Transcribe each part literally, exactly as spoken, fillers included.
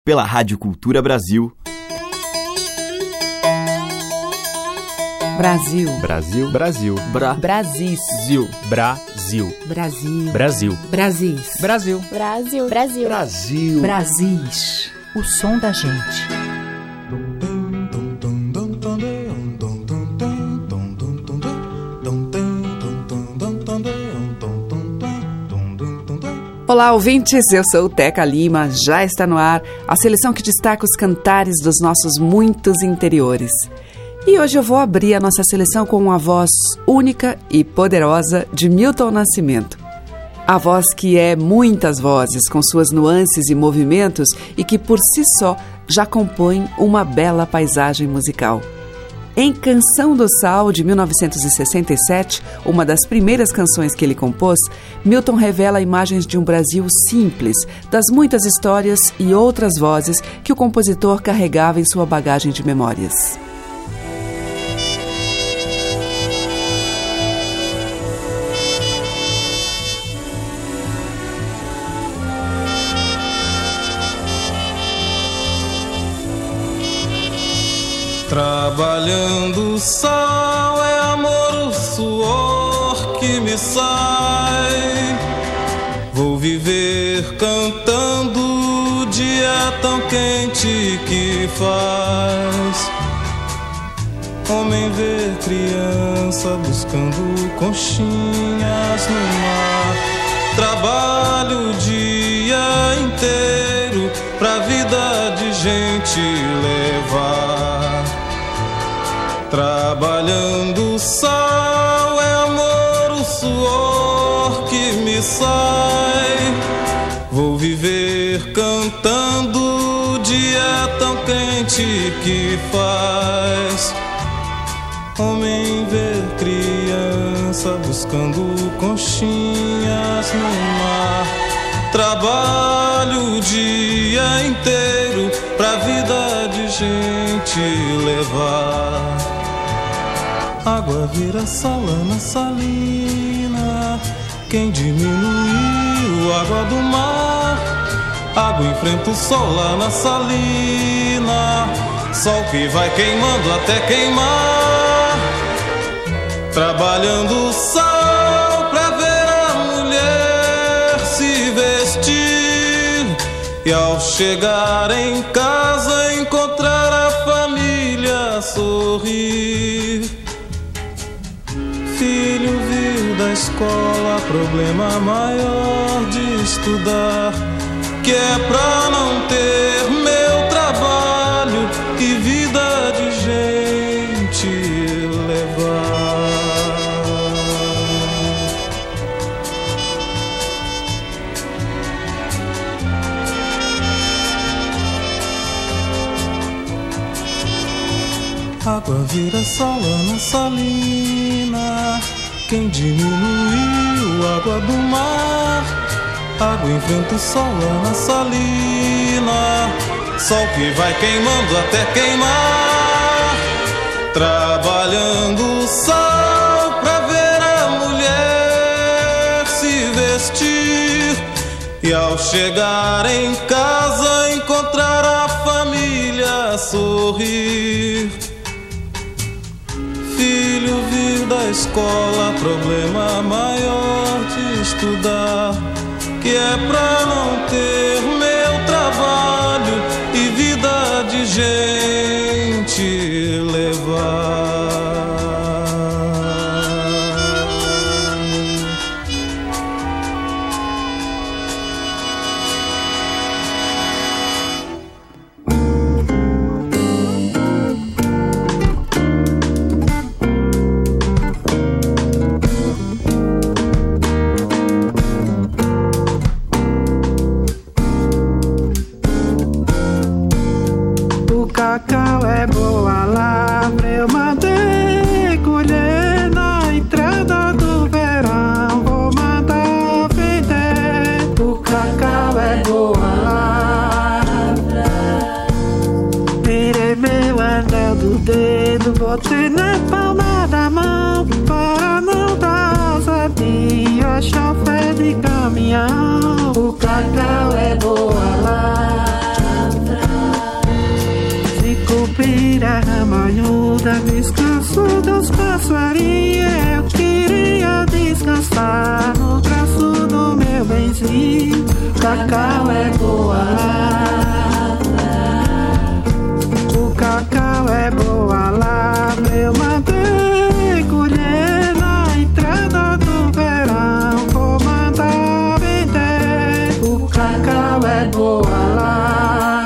pela Rádio Cultura Brasil. Brasil. Brasil. Brasil. Bra. Brasis. Zil. Brasil. Brasil. Brasil. Brasis. Brasil. Brasil. Brasil. Brasil. Brasis. O som da gente. Olá, ouvintes, eu sou Teca Lima, já está no ar a seleção que destaca os cantares dos nossos muitos interiores. E hoje eu vou abrir a nossa seleção com uma voz única e poderosa de Milton Nascimento. A voz que é muitas vozes, com suas nuances e movimentos e que por si só já compõe uma bela paisagem musical. Em Canção do Sal, de mil novecentos e sessenta e sete, uma das primeiras canções que ele compôs, Milton revela imagens de um Brasil simples, das muitas histórias e outras vozes que o compositor carregava em sua bagagem de memórias. Trabalhando o sal é amor, o suor que me sai. Vou viver cantando o dia tão quente que faz. Homem vê criança buscando conchinhas no mar. Trabalho o dia inteiro pra vida de gente levar. Trabalhando o sal é amor, o suor que me sai. Vou viver cantando o dia tão quente que faz. Homem ver criança buscando conchinhas no mar. Trabalho o dia inteiro pra vida de gente levar. Água vira salana salina. Quem diminuiu a água do mar? Água enfrenta o sol lá na salina. Sol que vai queimando até queimar. Trabalhando o sal pra ver a mulher se vestir. E ao chegar em casa encontrar a família sorrir. Filho viu da escola problema maior de estudar, que é pra não ter meu trabalho e vida de gente levar. Água vira salana salina. Quem diminuiu a água do mar? Água enfrenta o sol lá na salina. Sol que vai queimando até queimar. Trabalhando o sal pra ver a mulher se vestir. E ao chegar em casa encontrar a família sorrir. Filho vir da escola, problema maior de estudar, que é pra não ter meu trabalho e vida de gente levar. Cacau é boa lavra, eu mandei colher na entrada do verão, vou mandar vender. O cacau é boa lavra, tirei meu anel do dedo, botei na palma da mão, para não dar ousadia, chofer de caminhão. O cacau é boa lavra, banhuda, descanso dos passarinhos. Eu queria descansar no braço do meu benzinho. Cacau é boa lá, o cacau é boa lá. Eu mandei colher na entrada do verão. Vou mandar vender, o cacau é boa lá.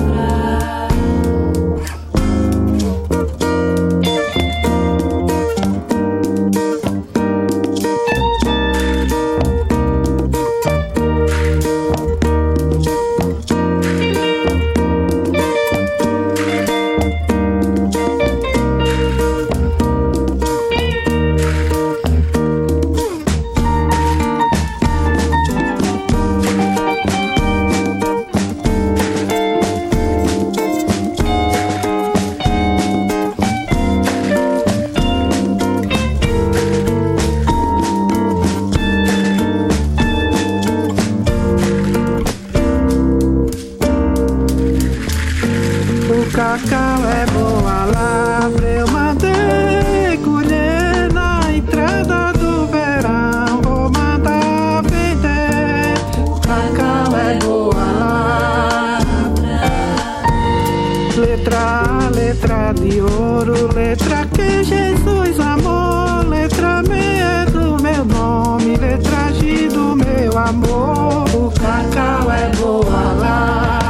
Cacau é boa lavra, eu mandei colher na entrada do verão. Vou mandar vender, cacau é boa lavra. Letra A, letra de ouro, letra Q, Jesus amor. Letra M é do meu nome, letra G do meu amor. O cacau é boa lavra.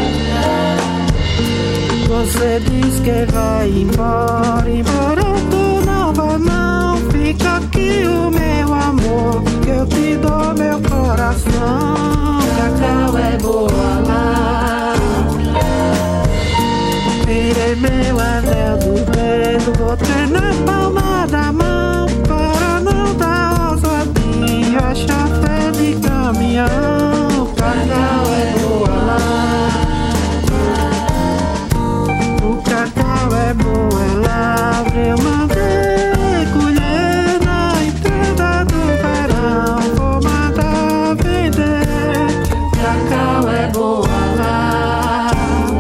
Você diz que vai embora, embora tu não vai não. Fica aqui o meu amor, que eu te dou meu coração. Cacau é boa lá. Tirei meu anel do dedo, botei na palma da mão, para não dar ousadia, chapéu de caminhão. Cacau é boa lá. Cacau é boa, é lavra, eu mandei colher na entrada do verão. Vou mandar vender, cacau é boa, lavra.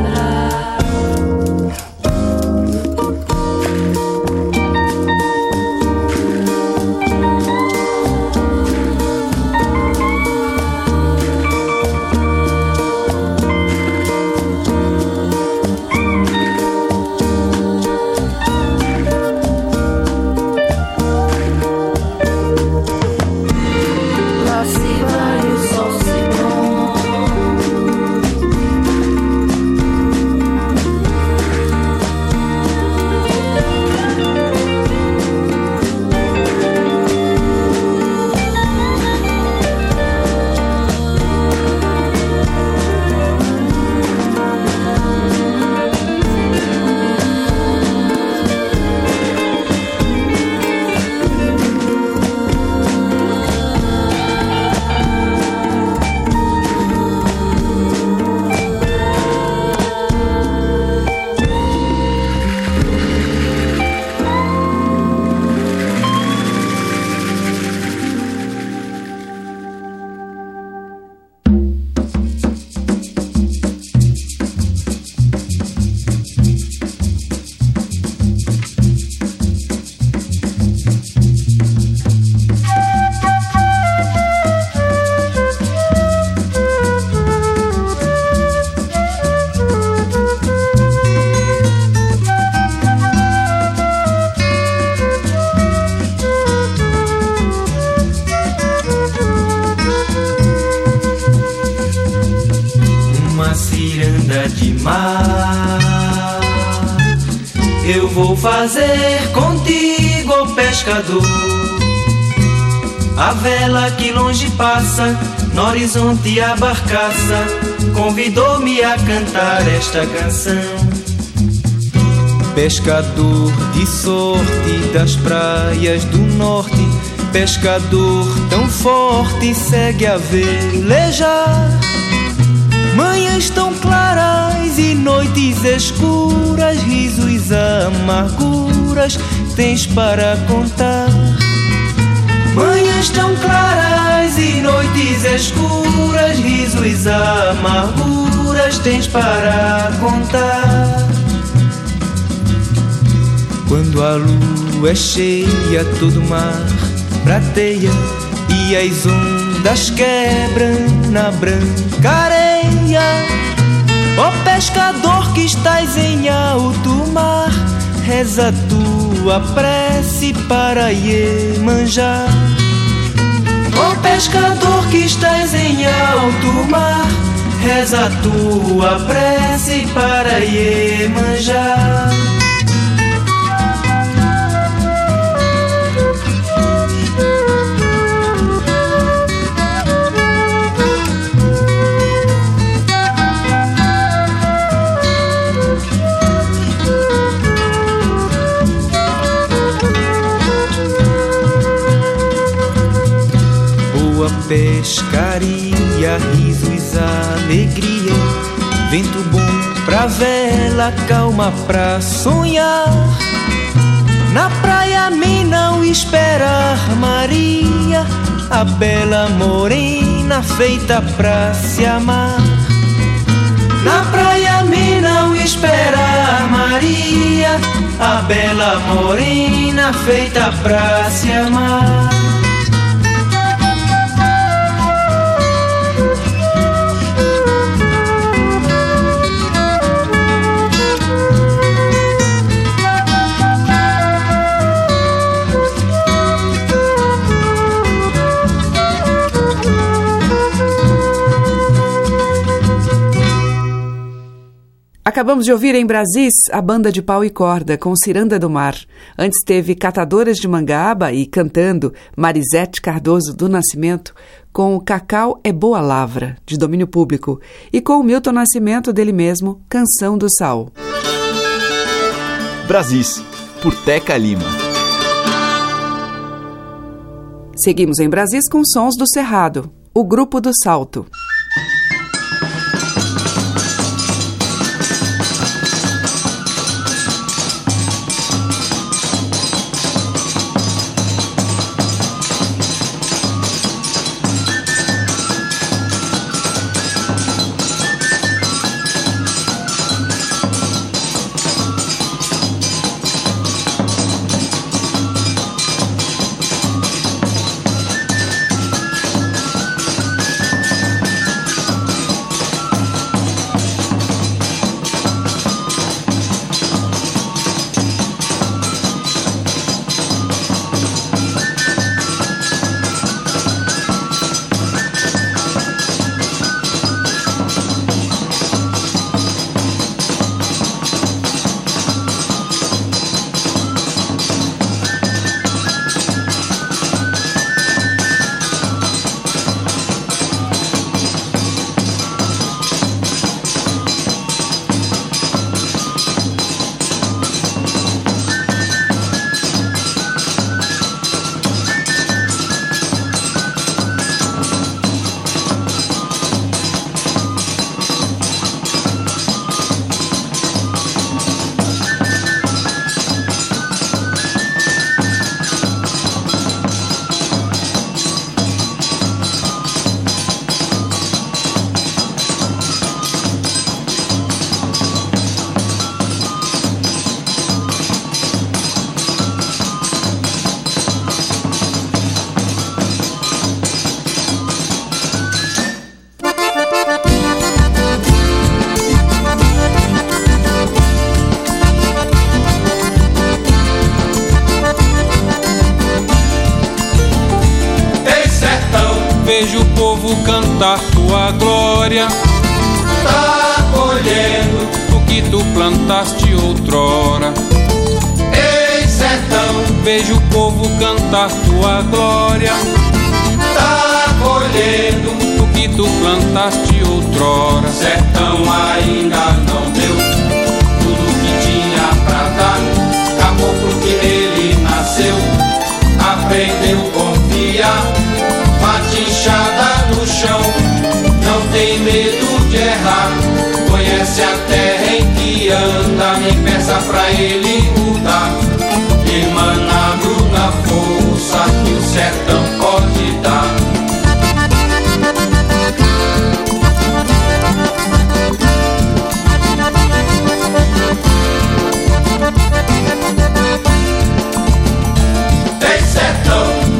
Eu vou fazer contigo, ó pescador, a vela que longe passa, no horizonte a barcaça convidou-me a cantar esta canção. Pescador de sorte das praias do norte, pescador tão forte, segue a velejar. Manhãs tão claras e noites escuras, risos, amarguras tens para contar. Manhãs tão claras e noites escuras, risos, amarguras tens para contar. Quando a lua é cheia, todo mar prateia e as ondas quebram na branca areia. Ó pescador que estás em alto mar, reza tua prece para Iemanjá. Ó pescador que estás em alto mar, reza tua prece para Iemanjá. Pescaria, risos, alegria, vento bom pra vela, calma pra sonhar. Na praia me não esperar Maria, a bela morena feita pra se amar. Na praia me não esperar Maria, a bela morena feita pra se amar. Acabamos de ouvir em Brasis a banda de pau e corda com Ciranda do Mar. Antes teve Catadoras de Mangaba e cantando Marisete Cardoso do Nascimento com Cacau é Boa Lavra, de domínio público, e com o Milton Nascimento dele mesmo, Canção do Sal. Brasis, por Teca Lima. Seguimos em Brasis com sons do Cerrado, o Grupo do Salto. Vejo o povo cantar tua glória, tá colhendo o que tu plantaste outrora. Ei, sertão, vejo o povo cantar tua glória, tá colhendo o que tu plantaste outrora. Sertão ainda não deu tudo que tinha pra dar. Caboclo que nele nasceu aprendeu a confiar. Bate inchada no chão, não tem medo de errar. Conhece a terra em que anda, nem peça pra ele mudar. Emanado na força que o sertão pode dar.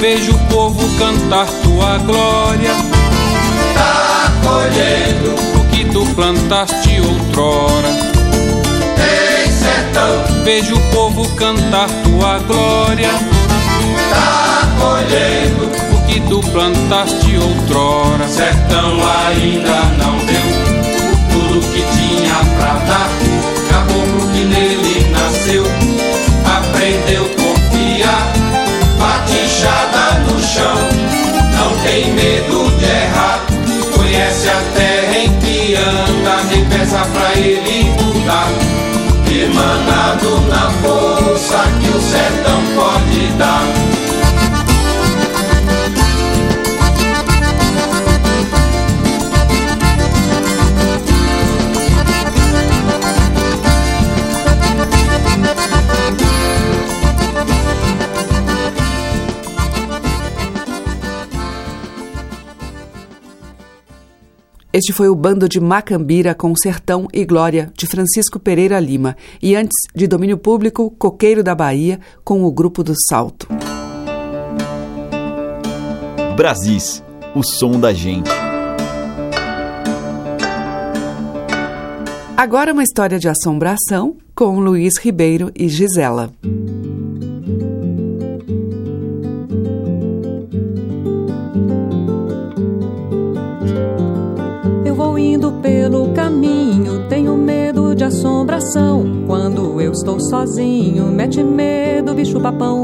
Vejo o povo cantar tua glória. Tá colhendo o que tu plantaste outrora. Ei, sertão, vejo o povo cantar tua glória. Tá colhendo o que tu plantaste outrora. Sertão ainda não deu tudo que tinha pra dar. Caboclo que nele nasceu aprendeu a confiar. Batichada no chão, não tem medo de errar. Conhece a terra em que anda, nem peça pra ele mudar. Emanado na força que o sertão pode dar. Este foi o Bando de Macambira com Sertão e Glória, de Francisco Pereira Lima. E antes, de domínio público, Coqueiro da Bahia, com o Grupo do Salto. Brasis, o som da gente. Agora uma história de assombração com Luiz Ribeiro e Gisela. Indo pelo caminho, tenho medo de assombração. Quando eu estou sozinho, mete medo, bicho papão.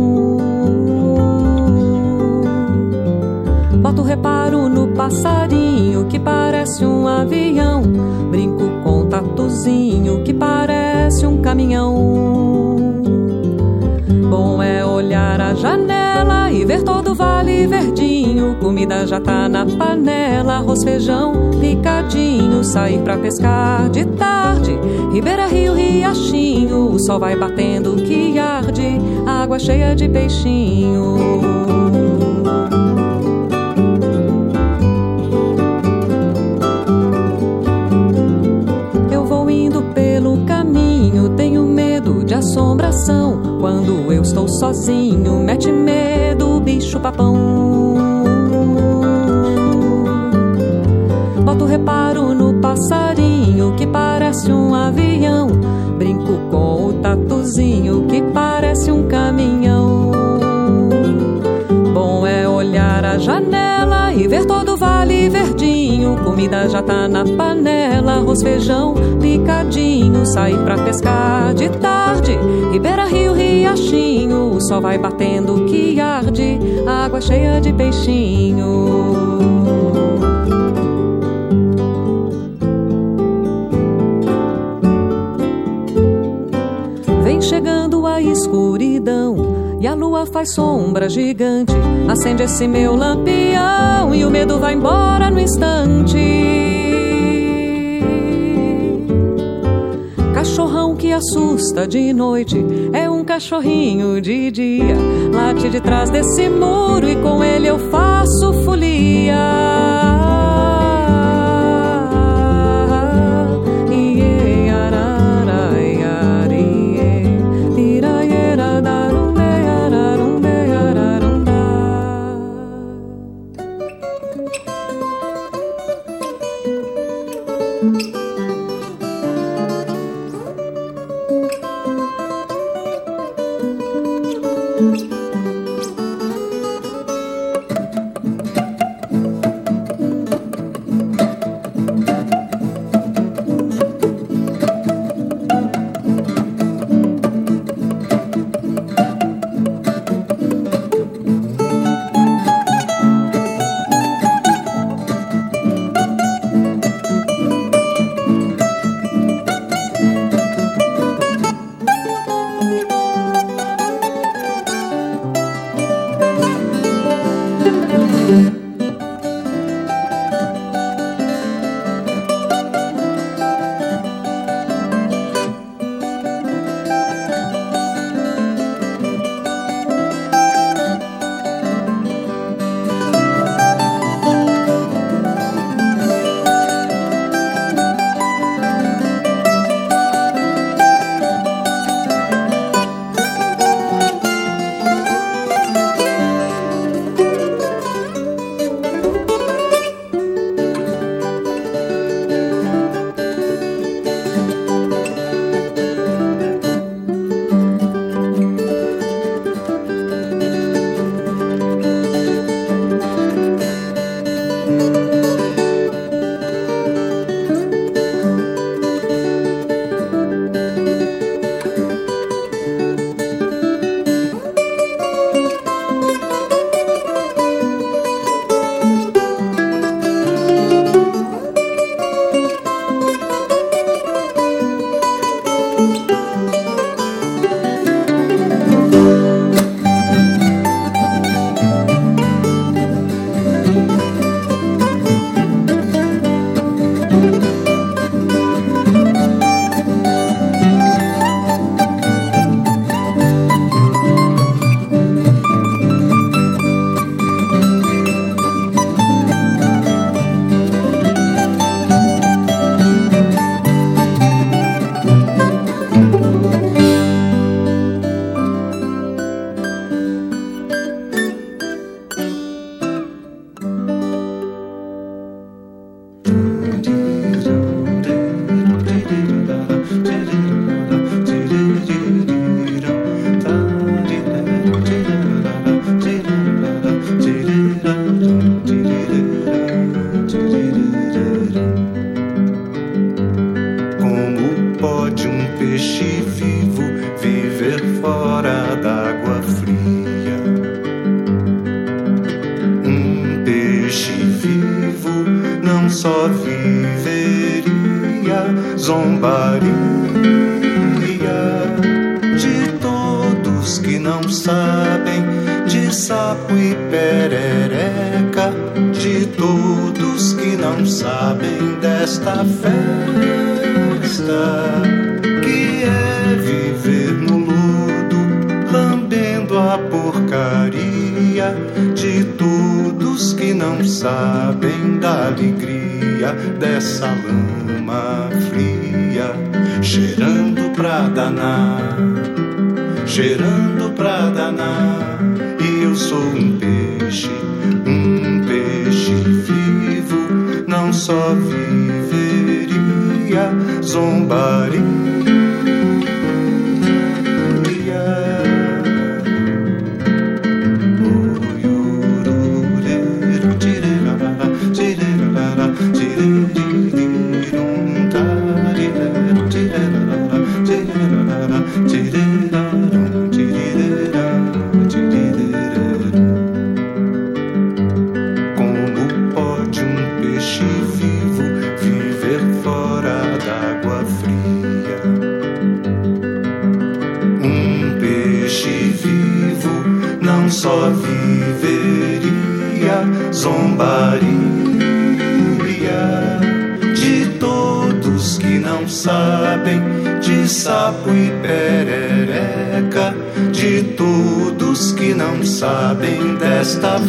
Boto reparo no passarinho que parece um avião. Brinco com um tatuzinho que parece um caminhão. Bom é olhar a janela e ver todo o vale verdinho. Comida já tá na panela, arroz, feijão, picadinho. Sair pra pescar de tarde, ribeira, rio, riachinho. O sol vai batendo que arde, água cheia de peixinho. Eu vou indo pelo caminho, tenho medo de assombração. Quando eu estou sozinho, mete medo, bicho papão. Boto reparo no passarinho que parece um avião. Brinco com o tatuzinho que parece um caminhão. Bom é olhar a janela e ver todo o vale verdinho. Comida já tá na panela, arroz, feijão, picadinho. Sair pra pescar de tarde, ribeira, rio, riachinho. O sol vai batendo que arde, água cheia de peixinho. Vem chegando a escuridão e a lua faz sombra gigante. Acende esse meu lampião e o medo vai embora no instante. Cachorrão que assusta de noite é um cachorrinho de dia. Late de trás desse muro e com ele eu faço folia. peixe vivo viver fora d'água fria. Um peixe vivo não só viveria, zombaria de todos que não sabem de sapo e perereca, de todos que não sabem desta festa que é viver no lodo, lambendo a porcaria, de todos que não sabem da alegria dessa lama fria, cheirando pra danar, cheirando pra danar. E eu sou um peixe, um peixe vivo, não só viveria, zombaria. Só viveria, zombaria de todos que não sabem de sapo e perereca, de todos que não sabem desta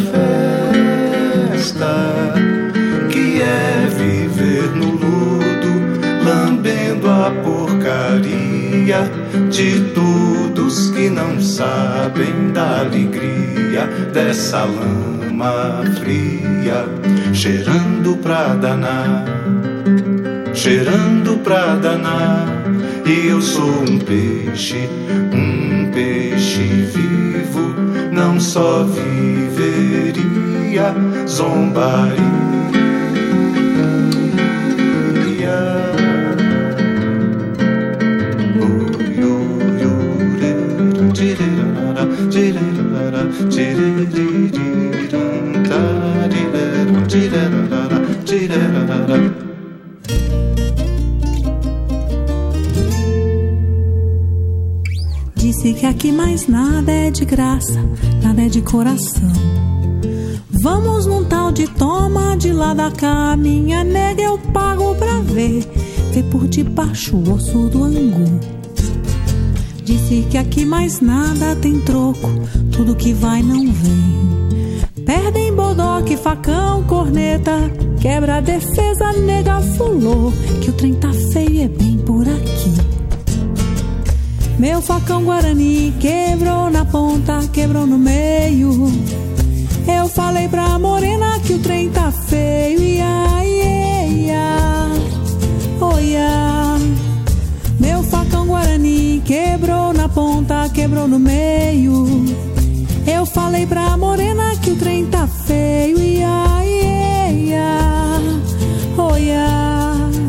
festa que é viver no lodo, lambendo a porcaria, de todos que não sabem da alegria dessa lama fria, cheirando pra danar, cheirando pra danar. E eu sou um peixe, um peixe vivo, não só viveria, zombaria. Disse que aqui mais nada é de graça, nada é de coração. Vamos num tal de toma de lá da cá, minha nega eu pago pra ver, ver por debaixo o osso do angu. Disse que aqui mais nada tem troco, tudo que vai não vem. Perdem bodoque, facão, corneta, quebra a defesa, nega fulô, que o trem tá feio, é bem por aqui. Meu facão guarani quebrou na ponta, quebrou no meio. Eu falei pra morena que o trem tá feio, ia, ia, ia, oh, ia. Meu facão guarani quebrou na ponta, quebrou no meio. Eu falei pra morena que o trem tá feio, ia, ia, ia, oh, ia.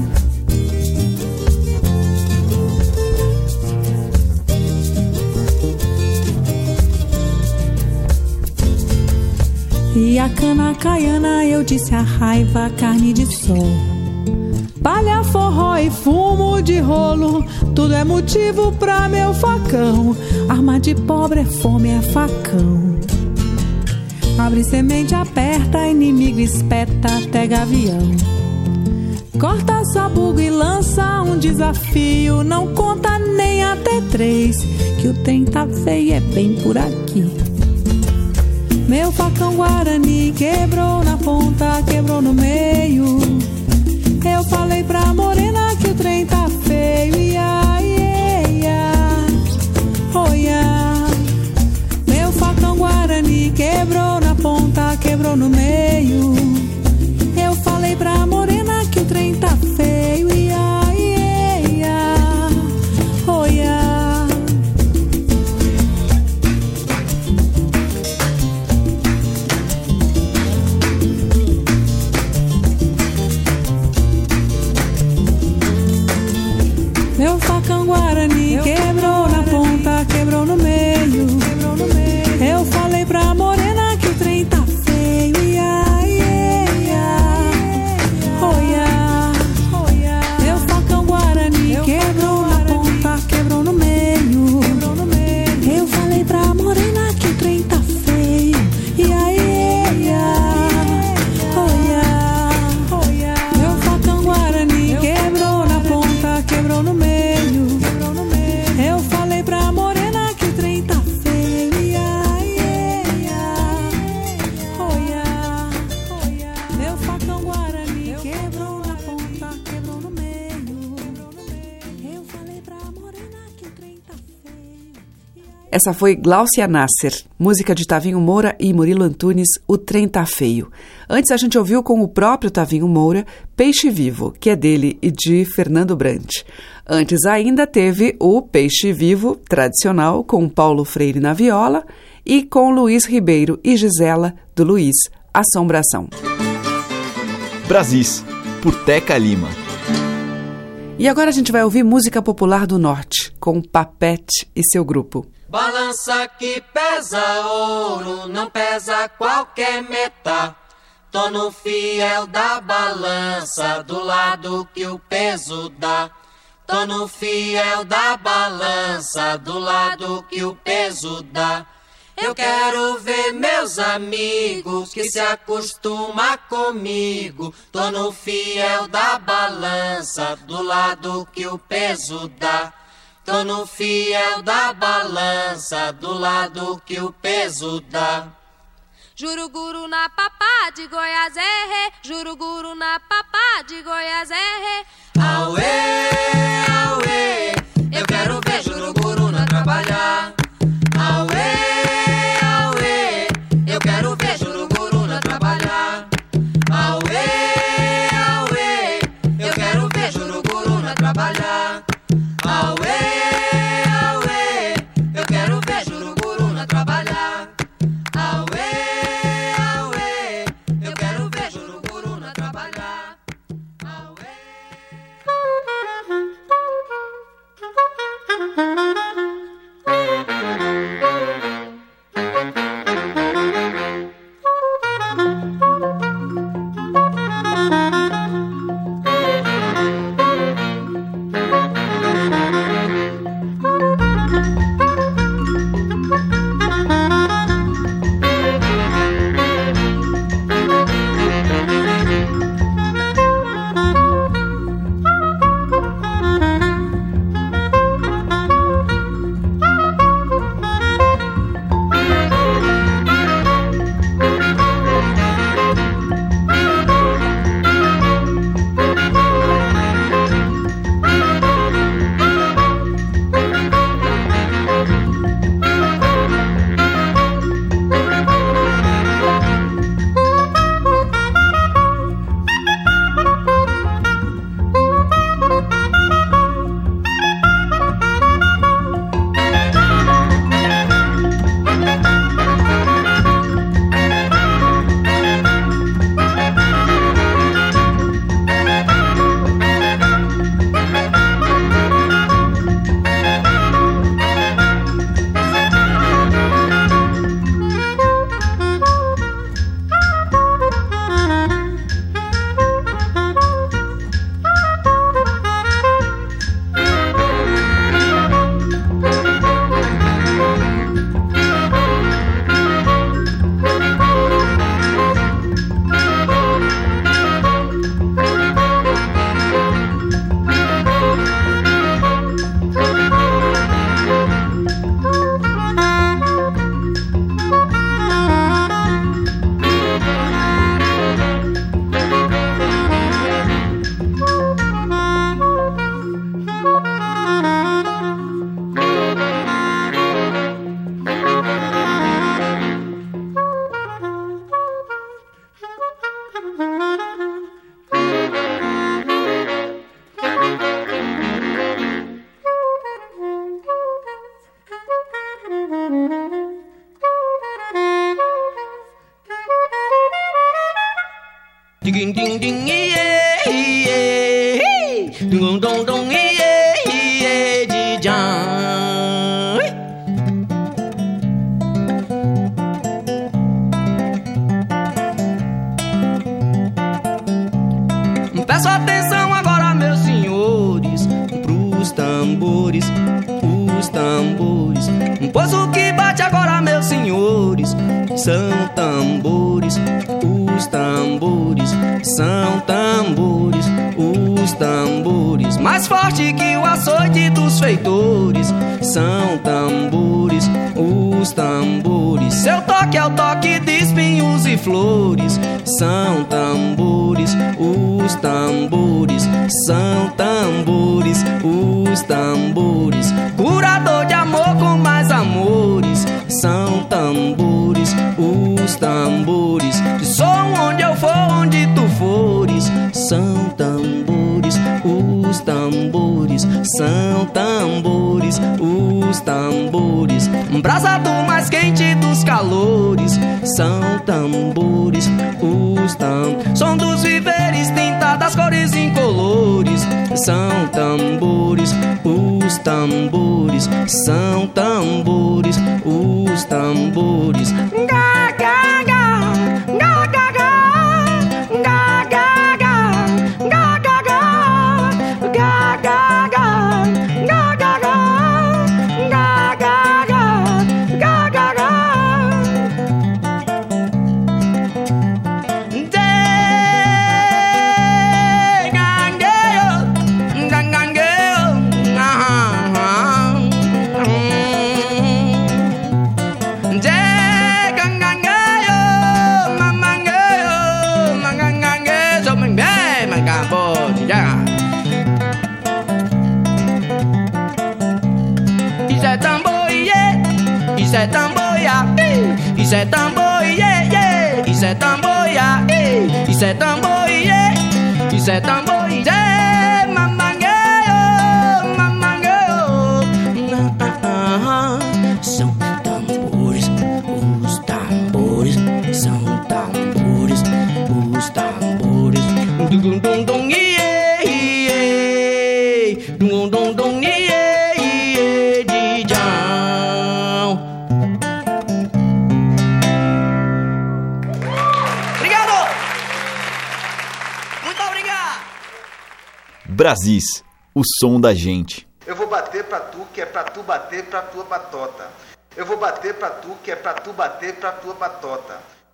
E a cana caiana eu disse a raiva, carne de sol. Palha, forró e fumo de rolo, tudo é motivo pra meu facão. Arma de pobre é fome, é facão. Abre semente, aperta, inimigo espeta até gavião. Corta sabugo e lança um desafio, não conta nem até três, que o trem tá feio, é bem por aqui. Meu facão guarani quebrou na ponta, quebrou no meio. Eu falei pra morena que o trem tá feio, ia, ia, ia, oh, ia. Meu facão guarani quebrou na ponta, quebrou no meio. Eu falei pra morena que o trem tá feio, ia, ia, ia, oh, ia. Meu facão Guarani quebrou na ponta, quebrou no meio. Eu falei pra morena que o trem tá feio. Ia, ia, ia. Oh, ia, oh, ia. Meu facão Guarani quebrou na ponta, quebrou no meio. Eu falei pra morena que o trem tá feio. Ia, ia, ia. Oh, ia, oh, ia. Meu facão Guarani quebrou na ponta, quebrou no meio. Eu falei pra morena que o trem tá feio. Ia, ia, ia. Oh, ia, oh, ia. Meu facão Guarani quebrou na ponta, quebrou no meio. Eu falei pra morena que o trem tá feio. Essa foi Gláucia Nasser, música de Tavinho Moura e Murilo Antunes, O Trem Tá Feio. Antes a gente ouviu com o próprio Tavinho Moura, Peixe Vivo, que é dele e de Fernando Brant. Antes ainda teve o Peixe Vivo, tradicional, com Paulo Freire na viola e com Luiz Ribeiro e Gisela, do Luiz, Assombração. Brasis, por Teca Lima. E agora a gente vai ouvir música popular do Norte, com Papete e seu grupo. Balança que pesa ouro, não pesa qualquer metá. Tô no fiel da balança, do lado que o peso dá. Tô no fiel da balança, do lado que o peso dá. Eu quero ver meus amigos que se acostuma comigo. Tô no fiel da balança, do lado que o peso dá. Tô no fiel da balança, do lado que o peso dá. Juruguru na papá de Goiás é ré, Juruguru na papá de Goiás é ré. Auê, auê, eu quero ver Juruguruna trabalhar. Auê, auê, eu quero ver Juruguruna trabalhar. Auê, auê, eu quero ver Juruguruna trabalhar. Auê, auê, eu quero ver Juruguruna trabalhar. Auê, auê, eu quero ver Juruguruna trabalhar. Auê. Ding ding ding yeah yeah ding dong dong yeah tambores, os tambores. Pois o que bate agora, meus senhores, são tambores, os tambores. São tambores, os tambores. Mais forte que o açoite dos feitores. São tambores, os tambores. Seu toque é o toque de espinhos e flores. São tambores, os tambores. São tambores, os tambores. Curador de amor com mais amores. São tambores, os tambores. Som onde eu for, onde tu fores. São tambores, os tambores. São tambores, os tambores. Brasa do mais quente dos calores. São tambores, os tambores. Som dos viveres, tinta das cores incolores. São tambores, os tambores. São tambores, os tambores. Ga, ga, ga, ga, ga, ga. Ga, ga, ga, ga, ga, ga. Ga, ga, ga, ga, ga, ga. Ga, ga, ga, ga, ga, ga. Isso é tambor, yeah. Isso é tambor, yeah. Isso é tambor, yeah, yeah. Isso é tambor, yeah. Isso é tambor, yeah. Isso é tambor, yeah. Mamangueio, mamangueio. São tambores, os tambores. São tambores, os tambores. Dum dum dum, yeah, yeah. Dum dum dum, yeah. Brasis, o som da gente. Eu vou bater pra tu, que é pra tu bater pra tua batota. Eu vou bater pra tu, que é pra tu bater pra tua batota.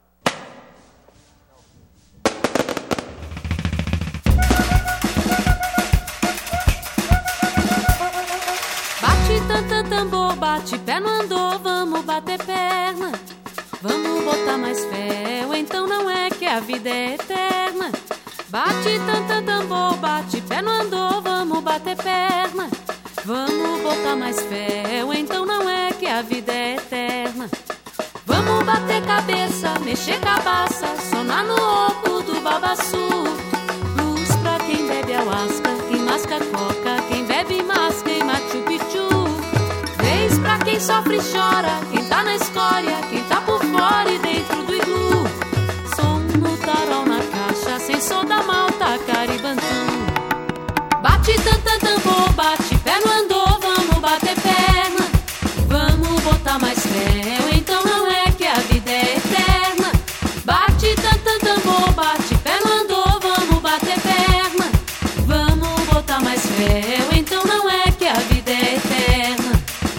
Bate tanta tambor, bate pé no andor, vamos bater perna. Vamos botar mais fé, ou então não é que a vida é eterna. Bate tanta tambor, bate pé no andor, vamos bater perna. Vamos botar mais fé, ou então não é que a vida é eterna. Vamos bater cabeça, mexer cabaça, sonar no oco do babaçu. Luz pra quem bebe ayahuasca, quem masca coca, quem bebe masca e Machu Picchu. Vez pra quem sofre e chora, quem tá na escória, quem tá por fora e dentro do iglu. Som no tarol na caixa, sem som da malta caribantão. Bate tanta tambor, bate pé no andor, vamos bater perna. Vamos botar mais fé, ou então não é que a vida é eterna. Bate tanta tambor, bate pé no andor, vamos bater perna. Vamos botar mais fé, ou então não é que a vida é eterna.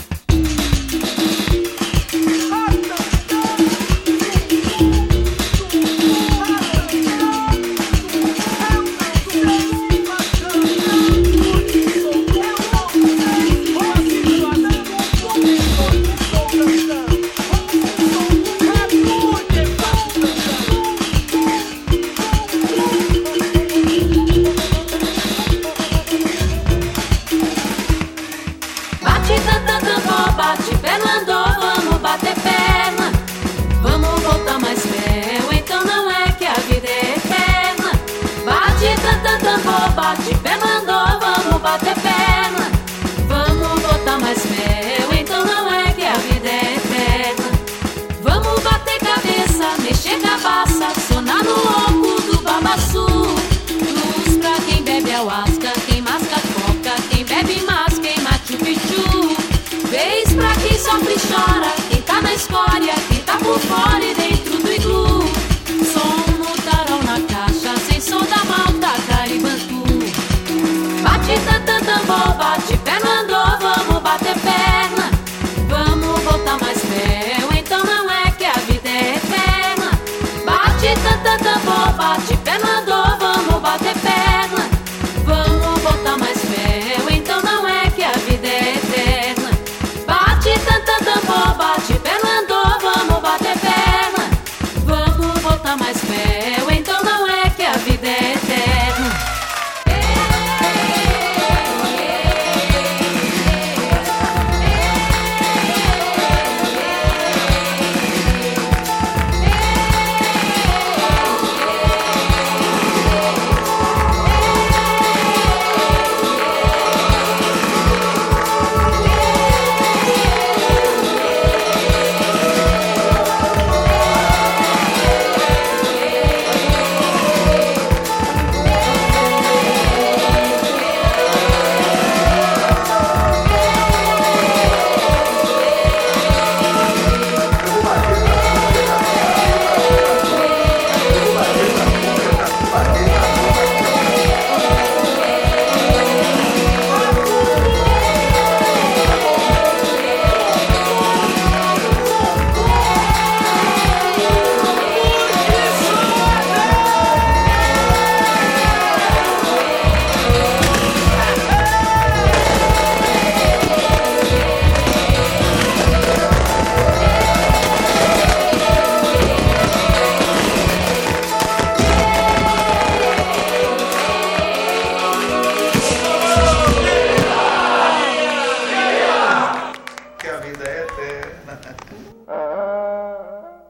Bate pé no andor, vamos bater perna. Vamos botar mais fé, ou então não é que a vida é eterna. Vamos bater cabeça, mexer cabaça, sonar no oco do babaçu. Luz pra quem bebe ayahuasca, quem masca coca, quem bebe masca em Machu Picchu. Vez pra quem sofre e chora, quem tá na escória, quem tá por fora e dentro do iglu. Som no tarol na caixa, sem som da malta caribantu. Bate tanta tambor, bate pé no andor.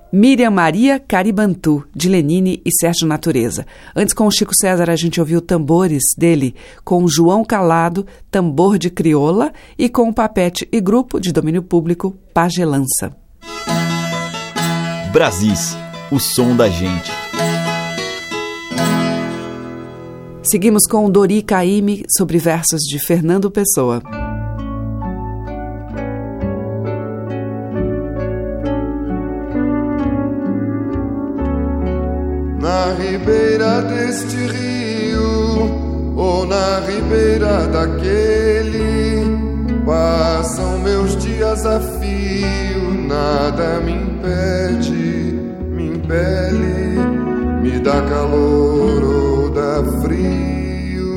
Miriam Maria Caribantu, de Lenine e Sérgio Natureza. Antes, com o Chico César, a gente ouviu Tambores dele, com João Calado, Tambor de Crioula, e com o Papete e Grupo, de domínio público, Pagelança. Brasis, o som da gente. Seguimos com Dori Caymmi, sobre versos de Fernando Pessoa. Na ribeira deste rio, ou na ribeira daquele, passam meus dias a fio, nada me impede, me impele, me dá calor ou dá frio.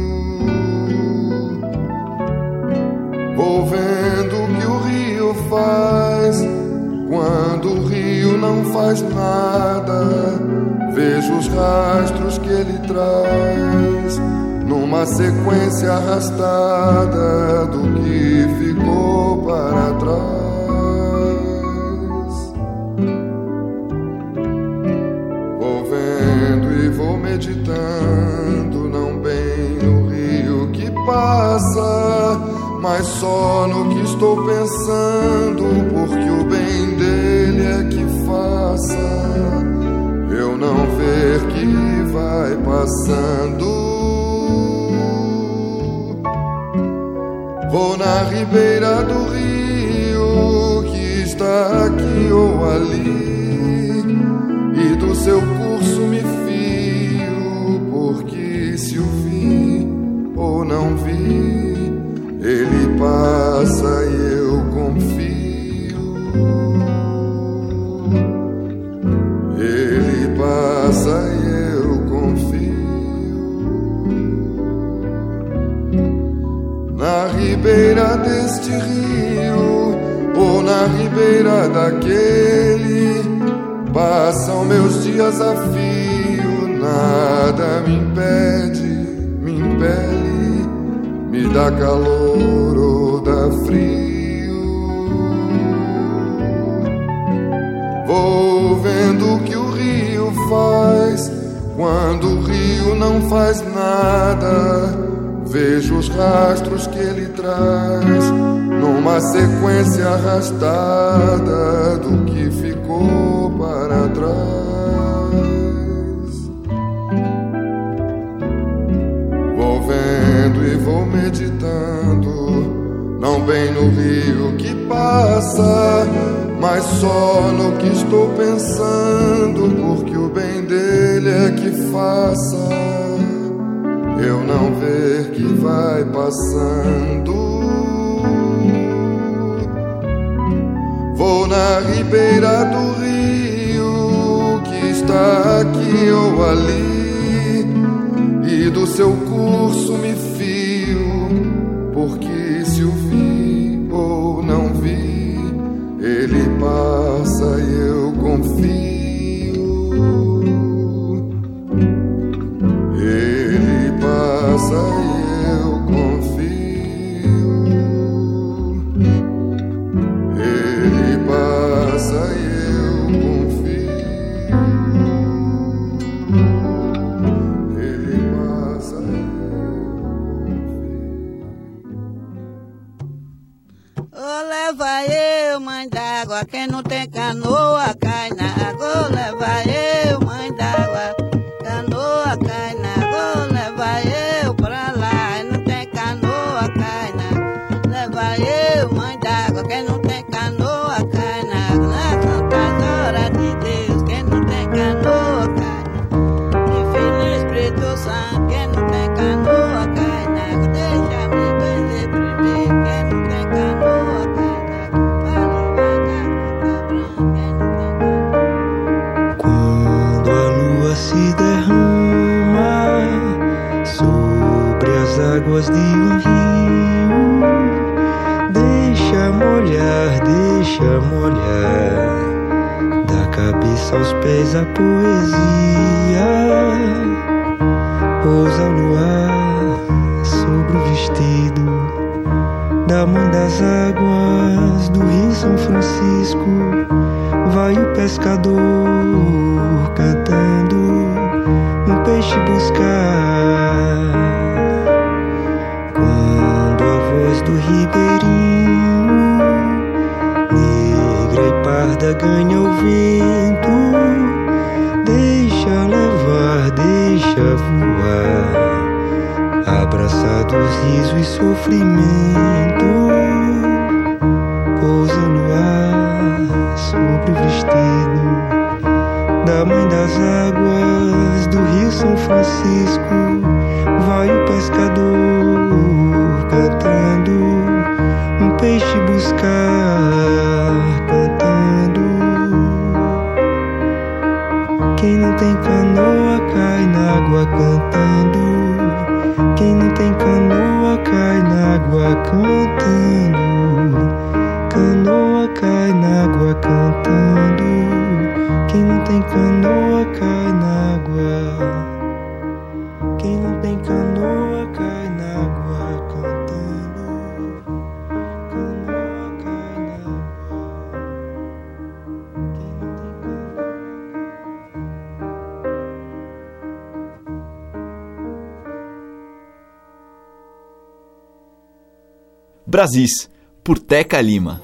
Vou vendo o que o rio faz, quando o rio não faz nada. Vejo os rastros que ele traz, numa sequência arrastada do que ficou para trás. Vou vendo e vou meditando, não bem no rio que passa, mas só no que estou pensando, porque o bem dele é que faça eu não ver que vai passando. Vou na ribeira do rio que está aqui ou ali, e do seu curso me fio, porque se o vi ou não vi, ele passa e eu confio. Passa e eu confio. Na ribeira deste rio, ou na ribeira daquele, passam meus dias a fio, nada me impede, me impele, me dá calor ou dá frio. Vou vendo o que o rio faz, quando o rio não faz nada. Vejo os rastros que ele traz, numa sequência arrastada do que ficou para trás. Vou vendo e vou meditando, não bem no rio que passa, mas só no que estou pensando, porque o bem dele é que faça eu não ver que vai passando. Vou na ribeira do rio que está aqui ou ali, e do seu curso me fio, porque se o vi ou não vi, ele passa e eu confio. Ele passa e eu confio. Ele passa e eu confio. Ele passa e eu confio. Oh, leva eu, mãe d'água, quem não tem canoa cai na água. Oh, leva eu, mãe d'água, canoa cai na água. Oh, leva eu pra lá, não tem canoa cai na. Leva eu, mãe d'água, quem não tem canoa cai na água. Na Santa Hora de Deus, quem não tem canoa cai na. De Feliz Preto Santo, quem não tem canoa cai na água. Deixa-me benzer primeiro, quem não tem canoa cai na. Quando a lua se derrama sobre as águas de um rio, deixa molhar, deixa molhar, da cabeça aos pés a poesia. Pousa o luar sobre o vestido da mãe das águas do Rio São Francisco, vai o pescador cantando um peixe buscar. Quando a voz do ribeirinho, negra e parda, ganha o vento, deixa levar, deixa voar, abraçados riso e sofrimento, pousa no ar sobre o vestido da mãe das águas do Rio São Francisco, vai o pescador cantando um peixe buscar, cantando. Quem não tem canoa cai na água cantando, quem não tem canoa cai na água cantando, canoa cai na água cantando, quem não tem canoa cai na água, quem não tem canoa cai na água cantando, canoa cai na água, quem não tem canoa. Brasis, por Teca Lima.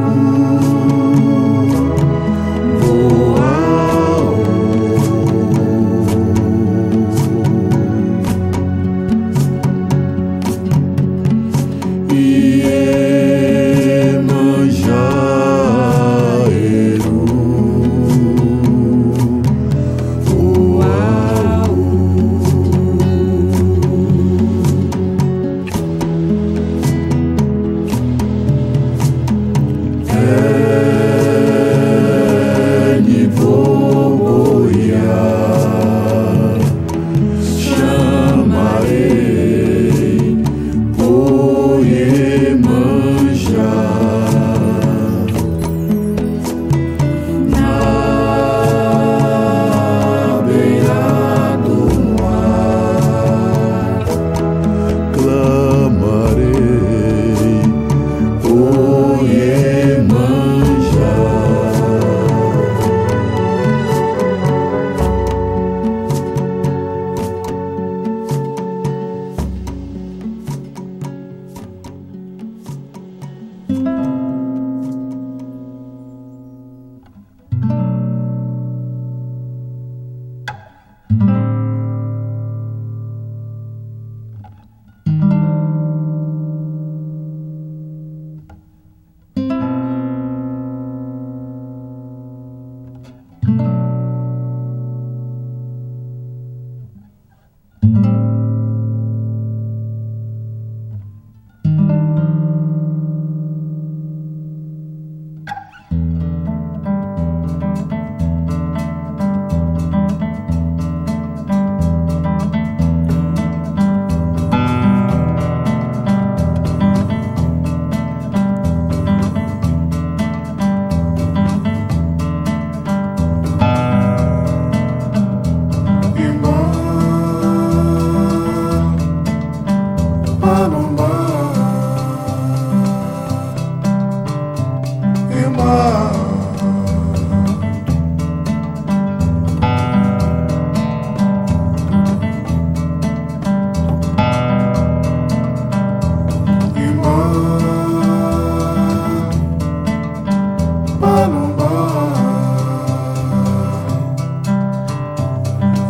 Oh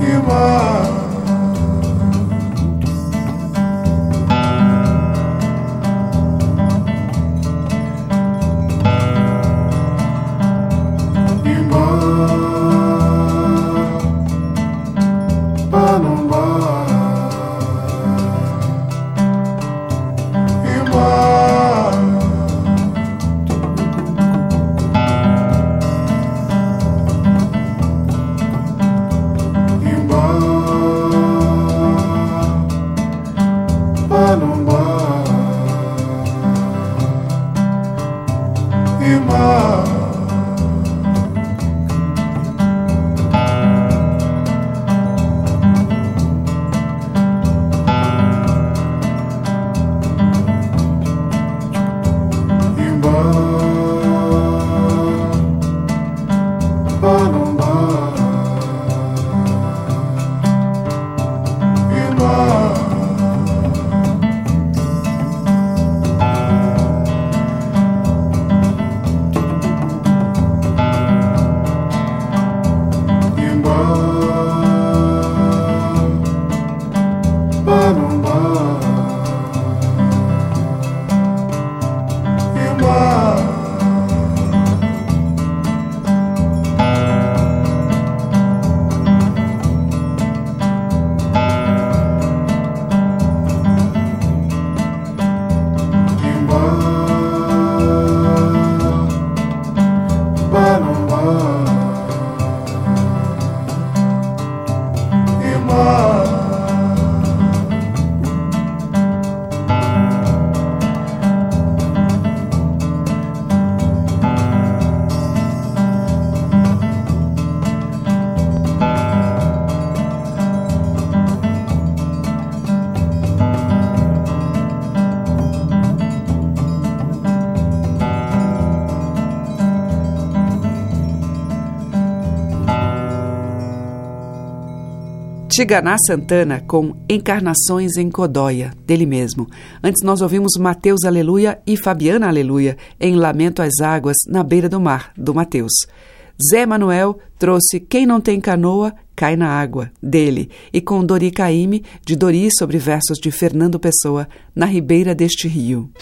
Tigana Santana com Encarnações em Codóia, dele mesmo. Antes nós ouvimos Mateus Aleluia e Fabiana Aleluia em Lamento às Águas, na Beira do Mar, do Mateus. Zé Manuel trouxe Quem Não Tem Canoa, Cai na Água, dele, e com Dori Caymmi, de Dori, sobre versos de Fernando Pessoa, Na Ribeira deste Rio.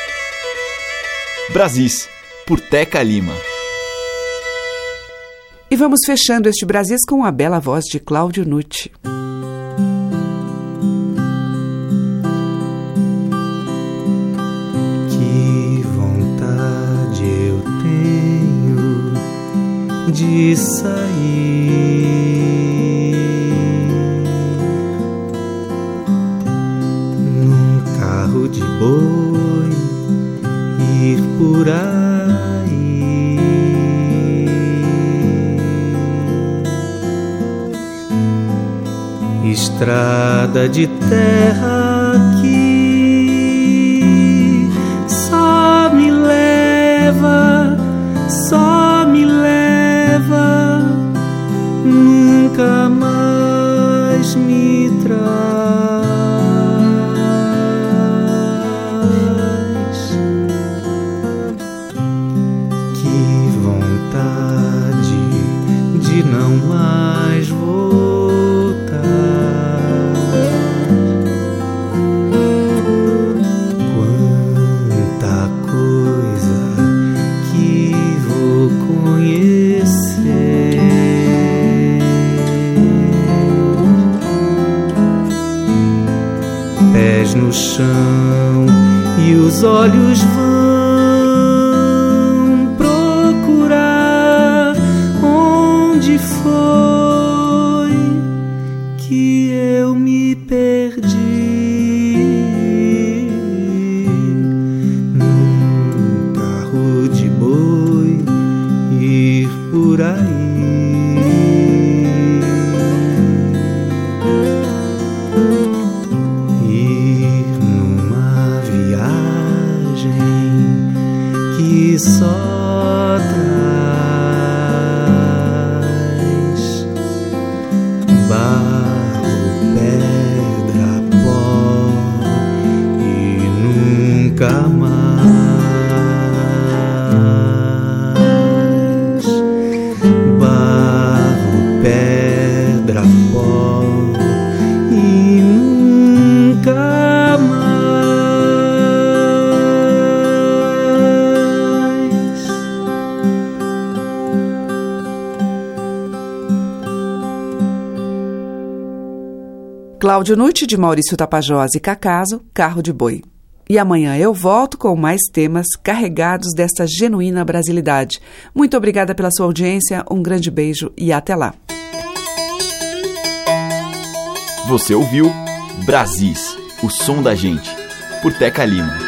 Brasis, por Teca Lima. E vamos fechando este Brasis com a bela voz de Cláudio Nucci. Que vontade eu tenho de sair num carro de boi, ir por aí. Estrada de terra que só me leva, só me leva, nunca mais me traz. Que vontade de não mais voltar. No chão e os olhos vão procurar onde foi que eu me perdi. Num carro de boi, ir por aí. Só traz barro, pedra, pó e nunca mais. Barro, pedra, pó Cláudio Nucci, de Maurício Tapajós e Cacaso, Carro de Boi. E amanhã eu volto com mais temas carregados dessa genuína brasilidade. Muito obrigada pela sua audiência, um grande beijo e até lá. Você ouviu Brasis, o som da gente, por Teca Lima.